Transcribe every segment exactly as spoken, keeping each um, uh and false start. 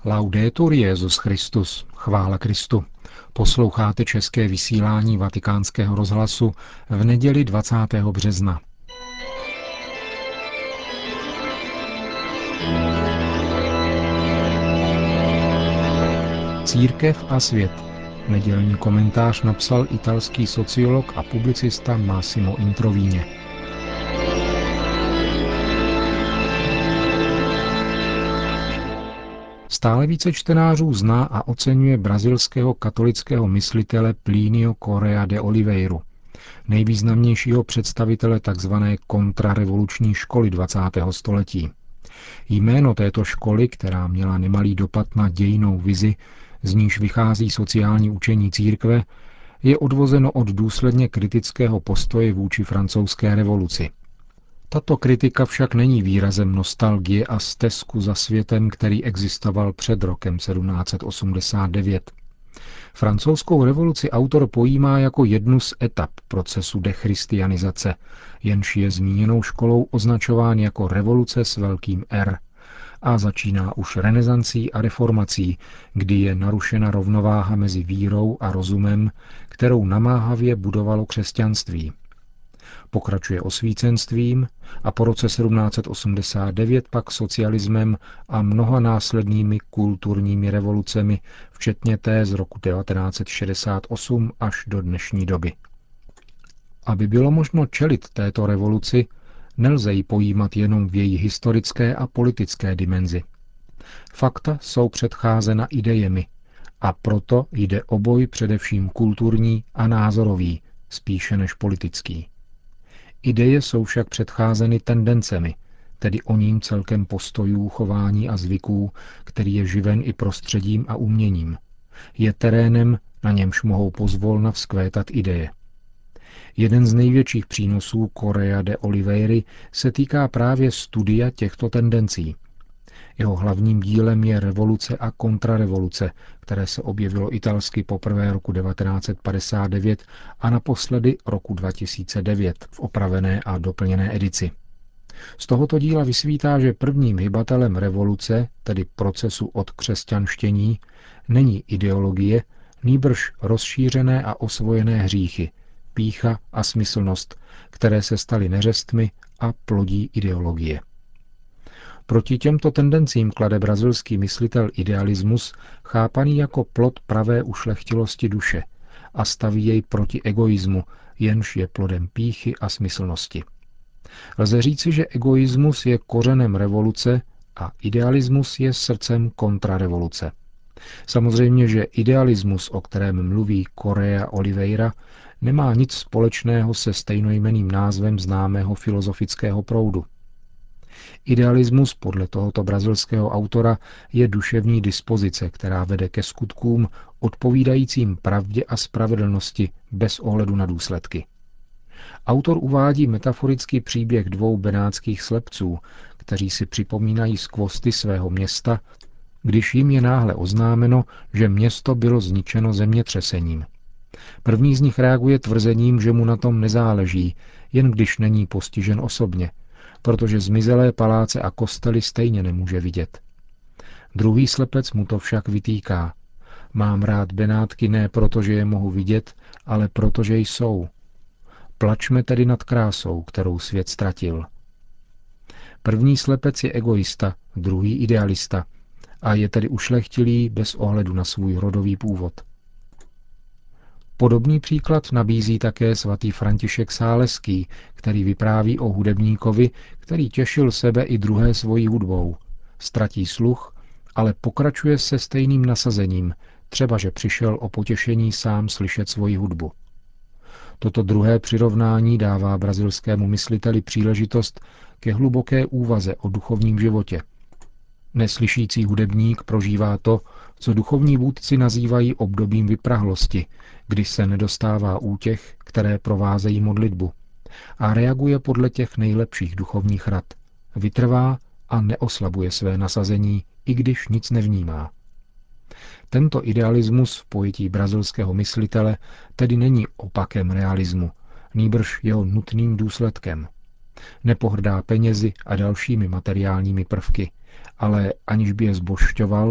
Laudetur Jesus Christus, chvála Kristu. Posloucháte české vysílání Vatikánského rozhlasu v neděli dvacátého března. Církev a svět. Nedělní komentář napsal italský sociolog a publicista Massimo Introvigne. Stále více čtenářů zná a oceňuje brazilského katolického myslitele Plínio Correa de Oliveiru, nejvýznamnějšího představitele tzv. Kontrarevoluční školy dvacátého století. Jméno této školy, která měla nemalý dopad na dějinnou vizi, z níž vychází sociální učení církve, je odvozeno od důsledně kritického postoje vůči francouzské revoluci. Tato kritika však není výrazem nostalgie a stesku za světem, který existoval před rokem sedmnáct set osmdesát devět. Francouzskou revoluci autor pojímá jako jednu z etap procesu dechristianizace, jenž je zmíněnou školou označován jako revoluce s velkým R a začíná už renesancí a reformací, kdy je narušena rovnováha mezi vírou a rozumem, kterou namáhavě budovalo křesťanství. Pokračuje osvícenstvím a po roce sedmnáct set osmdesát devět pak socialismem a mnoha následnými kulturními revolucemi, včetně té z roku devatenáct set šedesát osm až do dnešní doby. Aby bylo možno čelit této revoluci, nelze ji pojímat jenom v její historické a politické dimenzi. Fakta jsou předcházena idejemi a proto jde o boj především kulturní a názorový, spíše než politický. Ideje jsou však předcházeny tendencemi, tedy oním celkem postojů, chování a zvyků, který je živen i prostředím a uměním. Je terénem, na němž mohou pozvolna vzkvétat ideje. Jeden z největších přínosů Correa de Oliveiry se týká právě studia těchto tendencí. Jeho hlavním dílem je Revoluce a kontrarevoluce, které se objevilo italsky poprvé roku devatenáct set padesát devět a naposledy roku dva tisíce devět v opravené a doplněné edici. Z tohoto díla vysvítá, že prvním hybatelem revoluce, tedy procesu odkřesťanštění, není ideologie, nýbrž rozšířené a osvojené hříchy, pýcha a smyslnost, které se staly neřestmi a plodí ideologie. Proti těmto tendencím klade brazilský myslitel idealismus, chápaný jako plod pravé ušlechtilosti duše, a staví jej proti egoismu, jenž je plodem pýchy a smyslnosti. Lze říci, že egoismus je kořenem revoluce a idealismus je srdcem kontrarevoluce. Samozřejmě, že idealismus, o kterém mluví Correa Oliveira, nemá nic společného se stejnojmenným názvem známého filozofického proudu. Idealismus podle tohoto brazilského autora je duševní dispozice, která vede ke skutkům odpovídajícím pravdě a spravedlnosti bez ohledu na důsledky. Autor uvádí metaforický příběh dvou benátských slepců, kteří si připomínají skvosty svého města, když jim je náhle oznámeno, že město bylo zničeno zemětřesením. První z nich reaguje tvrzením, že mu na tom nezáleží, jen když není postižen osobně, protože zmizelé paláce a kostely stejně nemůže vidět. Druhý slepec mu to však vytýká. Mám rád Benátky ne proto, že je mohu vidět, ale proto, že jsou. Plačme tedy nad krásou, kterou svět ztratil. První slepec je egoista, druhý idealista a je tedy ušlechtilý bez ohledu na svůj rodový původ. Podobný příklad nabízí také svatý František Sáleský, který vypráví o hudebníkovi, který těšil sebe i druhé svojí hudbou. Ztratí sluch, ale pokračuje se stejným nasazením, třeba že přišel o potěšení sám slyšet svoji hudbu. Toto druhé přirovnání dává brazilskému mysliteli příležitost ke hluboké úvaze o duchovním životě. Neslyšící hudebník prožívá to, co duchovní vůdci nazývají obdobím vyprahlosti, kdy se nedostává útěch, které provázejí modlitbu, a reaguje podle těch nejlepších duchovních rad. Vytrvá a neoslabuje své nasazení, i když nic nevnímá. Tento idealismus v pojetí brazilského myslitele tedy není opakem realismu, nýbrž jeho nutným důsledkem. Nepohrdá penězi a dalšími materiálními prvky, ale aniž by je zbožťoval,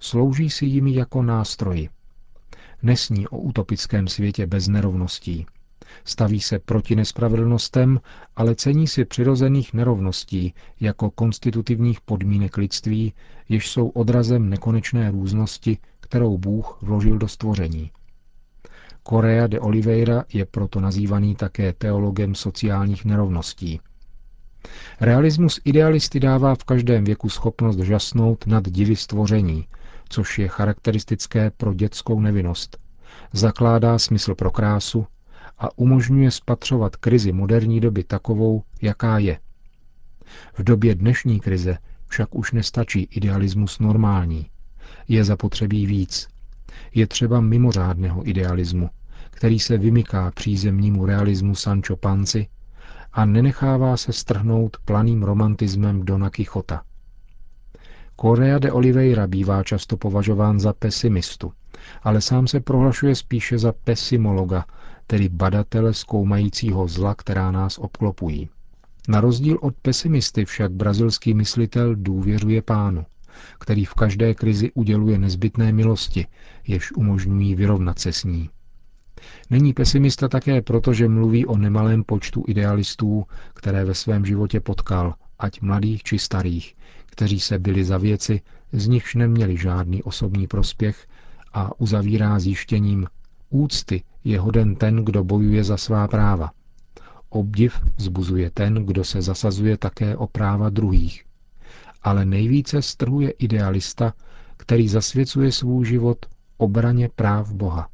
slouží si jimi jako nástroji. Nesní o utopickém světě bez nerovností. Staví se proti nespravedlnostem, ale cení si přirozených nerovností jako konstitutivních podmínek lidství, jež jsou odrazem nekonečné různosti, kterou Bůh vložil do stvoření. Correa de Oliveira je proto nazývaný také teologem sociálních nerovností. Realismus idealisty dává v každém věku schopnost žasnout nad divy stvoření, což je charakteristické pro dětskou nevinnost. Zakládá smysl pro krásu a umožňuje spatřovat krizi moderní doby takovou, jaká je. V době dnešní krize však už nestačí idealismus normální. Je zapotřebí víc. Je třeba mimořádného idealismu, který se vymyká přízemnímu realismu Sancho Panzy a nenechává se strhnout planým romantismem Dona Quixota. Correa de Oliveira bývá často považován za pesimistu, ale sám se prohlašuje spíše za pesimologa, tedy badatele zkoumajícího zla, která nás obklopují. Na rozdíl od pesimisty však brazilský myslitel důvěřuje Pánu, který v každé krizi uděluje nezbytné milosti, jež umožňují vyrovnat se s ní. Není pesimista také proto, že mluví o nemalém počtu idealistů, které ve svém životě potkal, ať mladých či starých, kteří se byli za věci, z nichž neměli žádný osobní prospěch, a uzavírá zjištěním: úcty je hoden ten, kdo bojuje za svá práva. Obdiv vzbuzuje ten, kdo se zasazuje také o práva druhých. Ale nejvíce strhuje idealista, který zasvěcuje svůj život obraně práv Boha.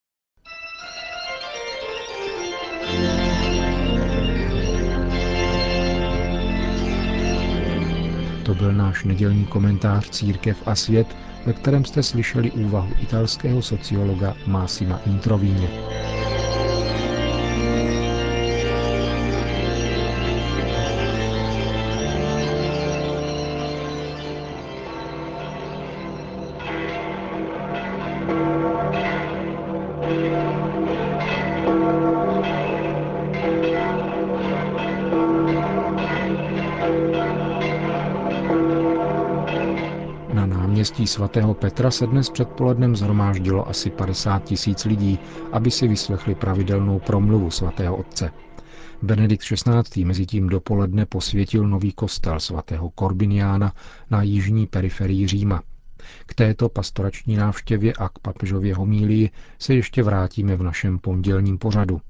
To byl náš nedělní komentář Církev a svět, ve kterém jste slyšeli úvahu italského sociologa Massima Introvigne. Na náměstí svatého Petra se dnes předpolednem shromáždilo asi padesát tisíc lidí, aby si vyslechli pravidelnou promluvu svatého otce. Benedikt šestnáctý mezitím dopoledne posvětil nový kostel svatého Korbiniána na jižní periferii Říma. K této pastorační návštěvě a k papežově homílii se ještě vrátíme v našem pondělním pořadu.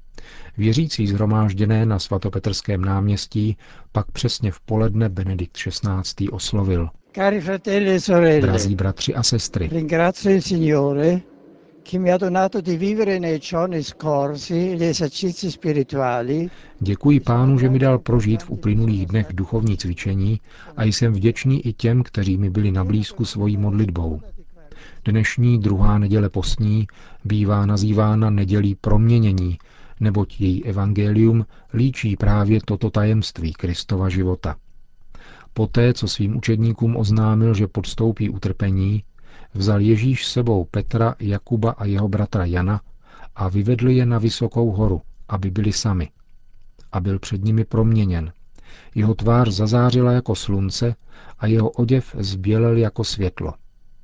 Věřící shromážděné na svatopetrském náměstí pak přesně v poledne Benedikt šestnáctý oslovil. Cari fratelli e sorelle, Drazí bratři a sestry, ringrazio il Signore che mi ha donato di vivere nei giorni scorsi gli esercizi spirituali. Děkuji Pánu, že mi dal prožít v uplynulých dnech duchovní cvičení a jsem vděčný i těm, kteří mi byli na blízku svojí modlitbou. Dnešní druhá neděle postní bývá nazývána nedělí proměnění, neboť její evangelium líčí právě toto tajemství Kristova života. Poté, co svým učedníkům oznámil, že podstoupí utrpení, vzal Ježíš sebou Petra, Jakuba a jeho bratra Jana a vyvedl je na vysokou horu, aby byli sami. A byl před nimi proměněn. Jeho tvář zazářila jako slunce a jeho oděv zbělel jako světlo.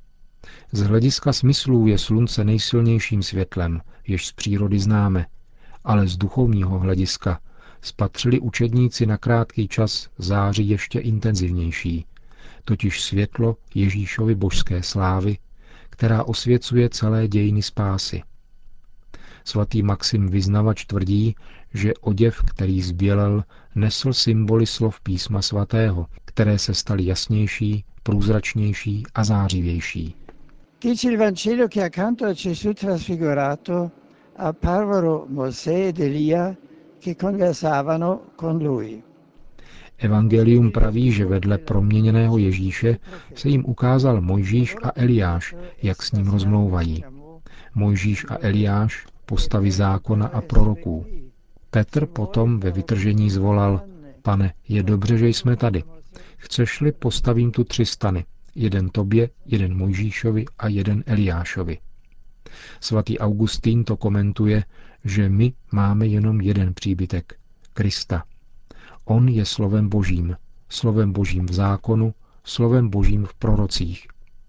Z hlediska smyslů je slunce nejsilnějším světlem, jež z přírody známe, ale z duchovního hlediska spatřili učedníci na krátký čas záři ještě intenzivnější, totiž světlo Ježíšovy božské slávy, která osvěcuje celé dějiny spásy. Svatý Maxim Vyznavač tvrdí, že oděv, který zbělel, nesl symboly slov písma svatého, které se staly jasnější, průzračnější a zářivější. Dice il Vangelo che accanto a Gesù trasfigurato apparvero Mosè ed Elia che conversavano con lui. Evangelium praví, že vedle proměněného Ježíše se jim ukázal Mojžíš a Eliáš, jak s ním rozmlouvají. Mojžíš a Eliáš, postavy zákona a proroků. Petr potom ve vytržení zvolal: Pane, je dobře, že jsme tady. Chceš-li, postavím tu tři stany. Jeden tobě, jeden Mojžíšovi a jeden Eliášovi. Svatý Augustín to komentuje, že my máme jenom jeden příbytek, Krista. On je slovem Božím, slovem Božím v zákonu, slovem Božím v prorocích.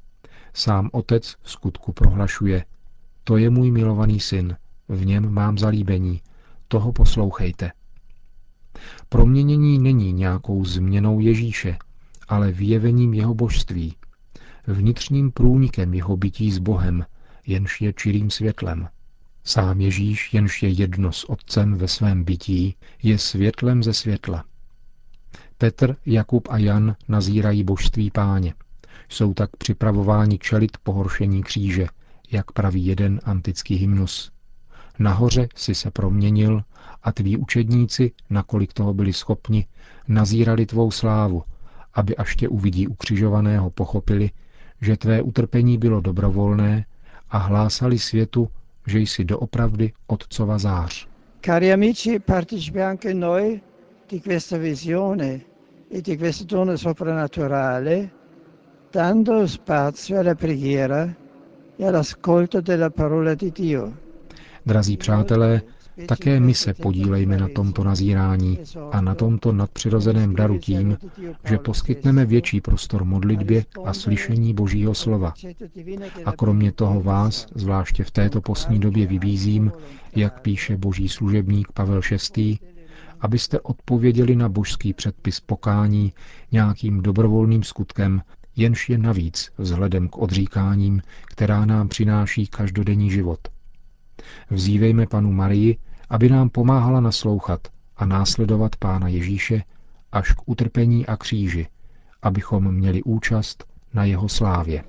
Sám Otec v skutku prohlašuje: To je můj milovaný syn, v něm mám zalíbení, toho poslouchejte. Proměnění není nějakou změnou Ježíše, ale vyjevením jeho božství, vnitřním průnikem jeho bytí s Bohem, jenž je čirým světlem. Sám Ježíš, jenž je jedno s Otcem ve svém bytí, je světlem ze světla. Petr, Jakub a Jan nazírají božství Páně. Jsou tak připravováni čelit pohoršení kříže, jak praví jeden antický hymnus. Nahoře si se proměnil a tví učedníci, nakolik toho byli schopni, nazírali tvou slávu, aby až tě uvidí ukřižovaného pochopili, že tvé utrpení bylo dobrovolné a hlásali světu, že jsi doopravdy Otcova zář. Cari amici, partecipiamo anche noi di questa visione e di questo dono soprannaturale, dando spazio alla preghiera e all'ascolto della parola di Dio. Drazí přátelé, také my se podílejme na tomto nazírání a na tomto nadpřirozeném daru tím, že poskytneme větší prostor modlitbě a slyšení Božího slova. A kromě toho vás, zvláště v této postní době, vybízím, jak píše boží služebník Pavel šestý, abyste odpověděli na božský předpis pokání nějakým dobrovolným skutkem, jenž je navíc vzhledem k odříkáním, která nám přináší každodenní život. Vzívejme panu Marii, aby nám pomáhala naslouchat a následovat Pána Ježíše až k utrpení a kříži, abychom měli účast na jeho slávě.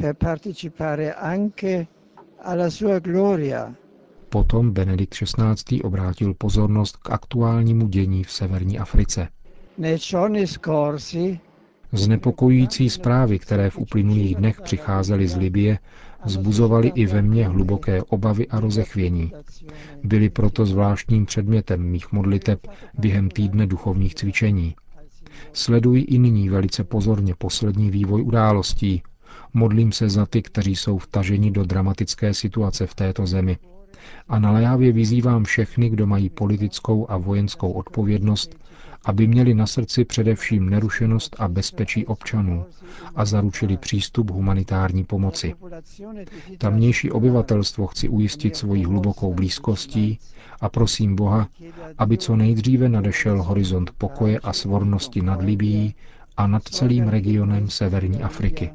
Potom Benedikt šestnáctý obrátil pozornost k aktuálnímu dění v severní Africe. Znepokojující zprávy, které v uplynulých dnech přicházely z Libye, vzbuzovaly i ve mně hluboké obavy a rozechvění. Byly proto zvláštním předmětem mých modliteb během týdne duchovních cvičení. Sleduji i nyní velice pozorně poslední vývoj událostí. Modlím se za ty, kteří jsou vtaženi do dramatické situace v této zemi. A naléhavě vyzývám všechny, kdo mají politickou a vojenskou odpovědnost, aby měli na srdci především nerušenost a bezpečí občanů a zaručili přístup humanitární pomoci. Tamnější obyvatelstvo chci ujistit svojí hlubokou blízkostí a prosím Boha, aby co nejdříve nadešel horizont pokoje a svornosti nad Libyí a nad celým regionem severní Afriky.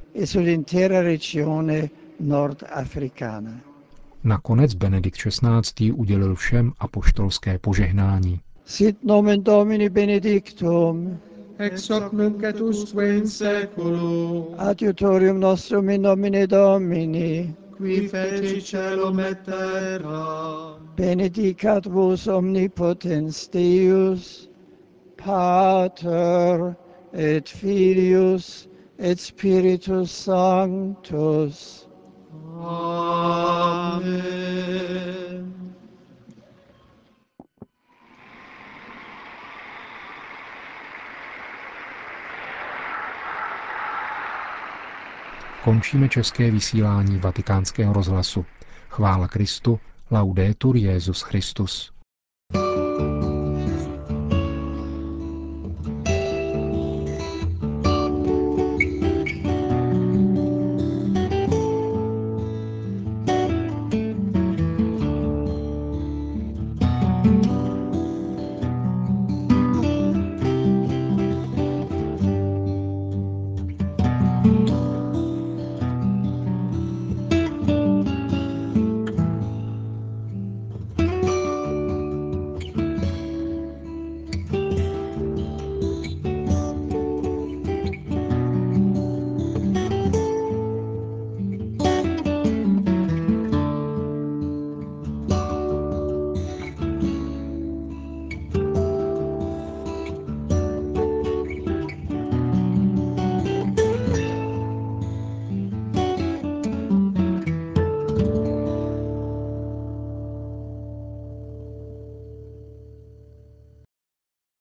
Nakonec Benedikt šestnáctý udělil všem apoštolské požehnání. Sit nomen Domini benedictum, ex hoc nunc et usque in seculum, adiutorium nostrum in nomine Domini, qui feci caelum et terra, benedicat vos omnipotens Deus, Pater et Filius et Spiritus Sanctus. Amen. Končíme české vysílání Vatikánského rozhlasu. Chvála Kristu, laudetur Jesus Christus.